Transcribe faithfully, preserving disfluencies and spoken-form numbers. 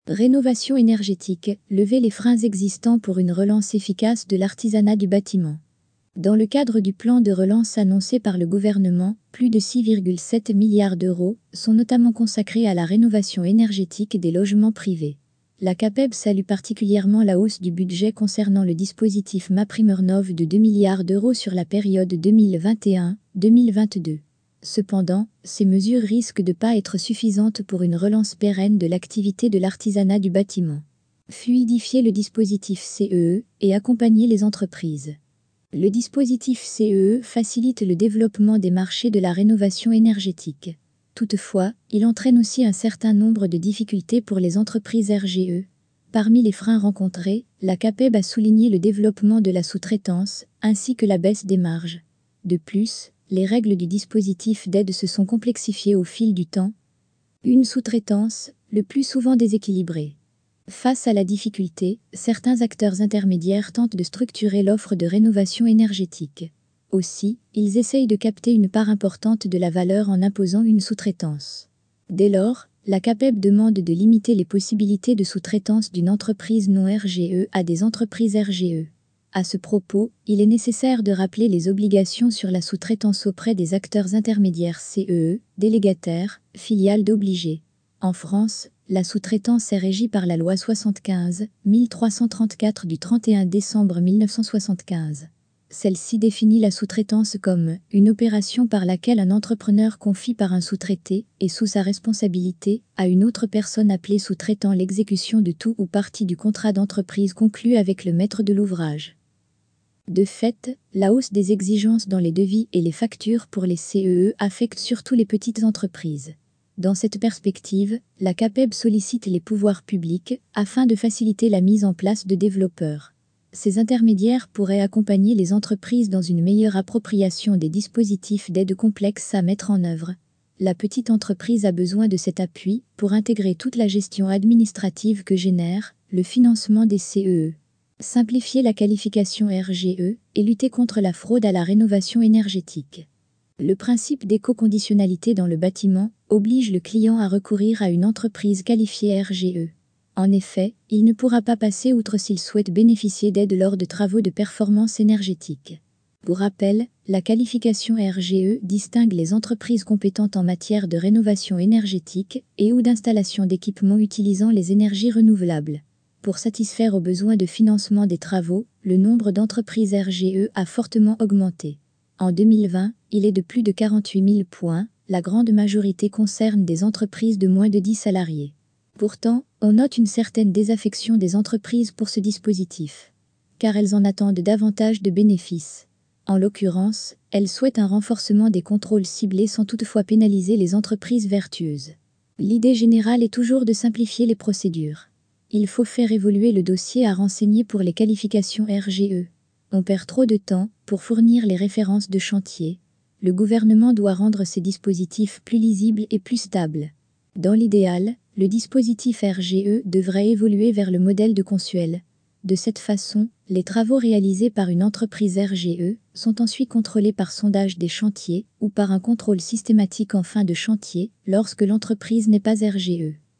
Rénovation énergétique, lever les freins existants pour une relance efficace de l'artisanat du bâtiment. Dans le cadre du plan de relance annoncé par le gouvernement, plus de six virgule sept milliards d'euros sont notamment consacrés à la rénovation énergétique des logements privés. La CAPEB salue particulièrement la hausse du budget concernant le dispositif MaPrimeRénov' de deux milliards d'euros sur la période deux mille vingt et un à deux mille vingt-deux. Cependant, ces mesures risquent de ne pas être suffisantes pour une relance pérenne de l'activité de l'artisanat du bâtiment. Fluidifier le dispositif C E E et accompagner les entreprises. Le dispositif C E E facilite le développement des marchés de la rénovation énergétique. Toutefois, il entraîne aussi un certain nombre de difficultés pour les entreprises R G E. Parmi les freins rencontrés, la CAPEB a souligné le développement de la sous-traitance, ainsi que la baisse des marges. De plus, les règles du dispositif d'aide se sont complexifiées au fil du temps. Une sous-traitance, le plus souvent déséquilibrée. Face à la difficulté, certains acteurs intermédiaires tentent de structurer l'offre de rénovation énergétique. Aussi, ils essayent de capter une part importante de la valeur en imposant une sous-traitance. Dès lors, la CAPEB demande de limiter les possibilités de sous-traitance d'une entreprise non R G E à des entreprises R G E. À ce propos, il est nécessaire de rappeler les obligations sur la sous-traitance auprès des acteurs intermédiaires C E E, délégataires, filiales d'obligés. En France, la sous-traitance est régie par la loi soixante-quinze mille trois cent trente-quatre du trente et un décembre mille neuf cent soixante-quinze. Celle-ci définit la sous-traitance comme une opération par laquelle un entrepreneur confie par un sous-traité, et sous sa responsabilité, à une autre personne appelée sous-traitant l'exécution de tout ou partie du contrat d'entreprise conclu avec le maître de l'ouvrage. De fait, la hausse des exigences dans les devis et les factures pour les C E E affecte surtout les petites entreprises. Dans cette perspective, la CAPEB sollicite les pouvoirs publics afin de faciliter la mise en place de développeurs. Ces intermédiaires pourraient accompagner les entreprises dans une meilleure appropriation des dispositifs d'aide complexes à mettre en œuvre. La petite entreprise a besoin de cet appui pour intégrer toute la gestion administrative que génère le financement des C E E. Simplifier la qualification R G E et lutter contre la fraude à la rénovation énergétique. Le principe d'éco-conditionnalité dans le bâtiment oblige le client à recourir à une entreprise qualifiée R G E. En effet, il ne pourra pas passer outre s'il souhaite bénéficier d'aide lors de travaux de performance énergétique. Pour rappel, la qualification R G E distingue les entreprises compétentes en matière de rénovation énergétique et ou d'installation d'équipements utilisant les énergies renouvelables. Pour satisfaire aux besoins de financement des travaux, le nombre d'entreprises R G E a fortement augmenté. En deux mille vingt, il est de plus de quarante-huit mille points, la grande majorité concerne des entreprises de moins de dix salariés. Pourtant, on note une certaine désaffection des entreprises pour ce dispositif, car elles en attendent davantage de bénéfices. En l'occurrence, elles souhaitent un renforcement des contrôles ciblés sans toutefois pénaliser les entreprises vertueuses. L'idée générale est toujours de simplifier les procédures. Il faut faire évoluer le dossier à renseigner pour les qualifications R G E. On perd trop de temps pour fournir les références de chantier. Le gouvernement doit rendre ces dispositifs plus lisibles et plus stables. Dans l'idéal, le dispositif R G E devrait évoluer vers le modèle de Consuel. De cette façon, les travaux réalisés par une entreprise R G E sont ensuite contrôlés par sondage des chantiers ou par un contrôle systématique en fin de chantier lorsque l'entreprise n'est pas R G E.